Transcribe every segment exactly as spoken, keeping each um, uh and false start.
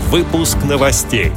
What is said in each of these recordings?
Выпуск новостей.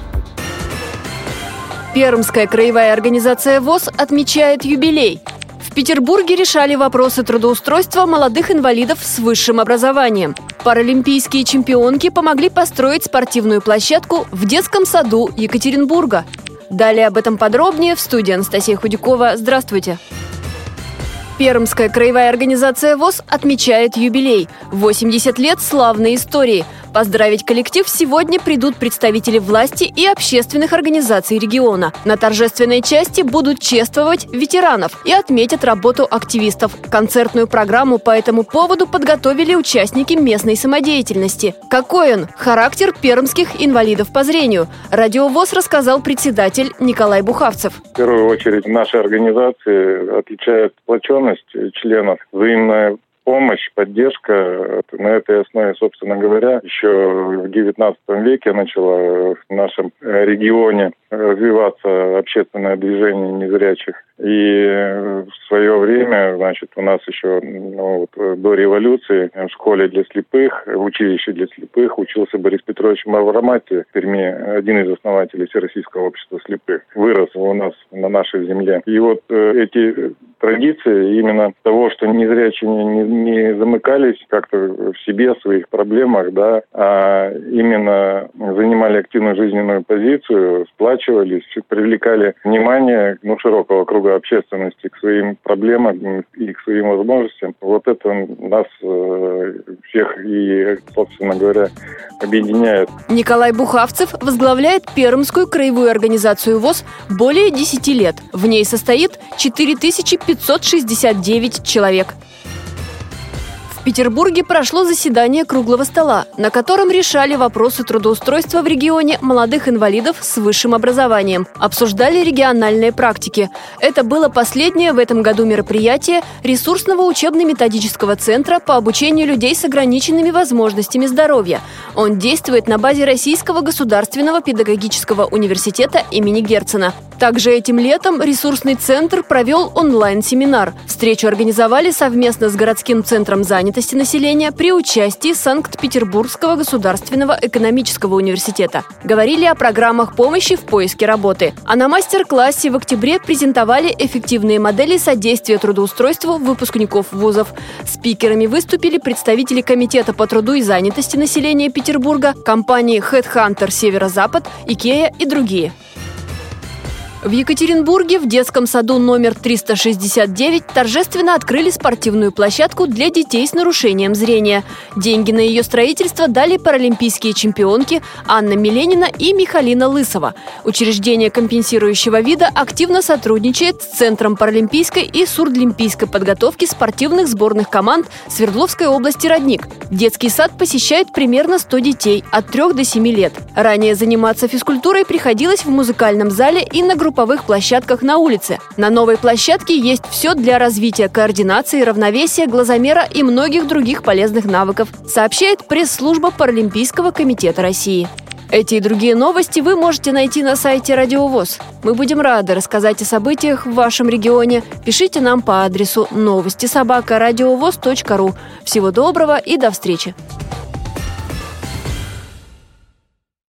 Пермская краевая организация ВОС отмечает юбилей. В Петербурге решали вопросы трудоустройства молодых инвалидов с высшим образованием. Паралимпийские чемпионки помогли построить спортивную площадку в детском саду Екатеринбурга. Далее об этом подробнее в студии Анастасия Худякова. Здравствуйте! Пермская краевая организация ВОС отмечает юбилей. восемьдесят лет славной истории. Поздравить коллектив сегодня придут представители власти и общественных организаций региона. На торжественной части будут чествовать ветеранов и отметят работу активистов. Концертную программу по этому поводу подготовили участники местной самодеятельности. Какой он? Характер пермских инвалидов по зрению. Радио ВОС рассказал председатель Николай Бухавцев. В первую очередь наша организация отличает сплоченность членов, взаимная помощь, поддержка. На этой основе, собственно говоря, еще в девятнадцатом веке начало в нашем регионе развиваться общественное движение незрячих. И в свое время, значит, у нас еще ну, вот, до революции в школе для слепых, в училище для слепых учился Борис Петрович Мавромати, в Перми, один из основателей Всероссийского общества слепых. Вырос у нас на нашей земле. И вот э, эти традиции именно того, что незрячие не, не, не замыкались как-то в себе, в своих проблемах, да, а именно занимали активную жизненную позицию, сплачивались, привлекали внимание ну, широкого круга общественности к своим проблемам и к своим возможностям. Вот это нас э, всех и, собственно говоря, объединяет. Николай Бухавцев возглавляет Пермскую краевую организацию ВОС более десяти лет. В ней состоит четыре тысячи пятьсот шестьдесят девять человек. В Петербурге прошло заседание круглого стола, на котором решали вопросы трудоустройства в регионе молодых инвалидов с высшим образованием. Обсуждали региональные практики. Это было последнее в этом году мероприятие ресурсного учебно-методического центра по обучению людей с ограниченными возможностями здоровья. Он действует на базе Российского государственного педагогического университета имени Герцена. Также этим летом ресурсный центр провел онлайн-семинар. Встречу организовали совместно с городским центром занятости населения при участии Санкт-Петербургского государственного экономического университета. Говорили о программах помощи в поиске работы. А на мастер-классе в октябре презентовали эффективные модели содействия трудоустройству выпускников вузов. Спикерами выступили представители Комитета по труду и занятости населения Петербурга, компании HeadHunter Северо-Запад, Икея и другие. В Екатеринбурге в детском саду номер триста шестьдесят девять торжественно открыли спортивную площадку для детей с нарушением зрения. Деньги на ее строительство дали паралимпийские чемпионки Анна Миленина и Михалина Лысова. Учреждение компенсирующего вида активно сотрудничает с Центром паралимпийской и сурдлимпийской подготовки спортивных сборных команд Свердловской области «Родник». Детский сад посещает примерно сто детей от трёх до семи лет. Ранее заниматься физкультурой приходилось в музыкальном зале и на групповых площадках на улице. На новой площадке есть все для развития координации, равновесия, глазомера и многих других полезных навыков, сообщает пресс-служба Паралимпийского комитета России. Эти и другие новости вы можете найти на сайте Радио ВОС. Мы будем рады рассказать о событиях в вашем регионе. Пишите нам по адресу новости собака радиовос точка ру. Всего доброго и до встречи!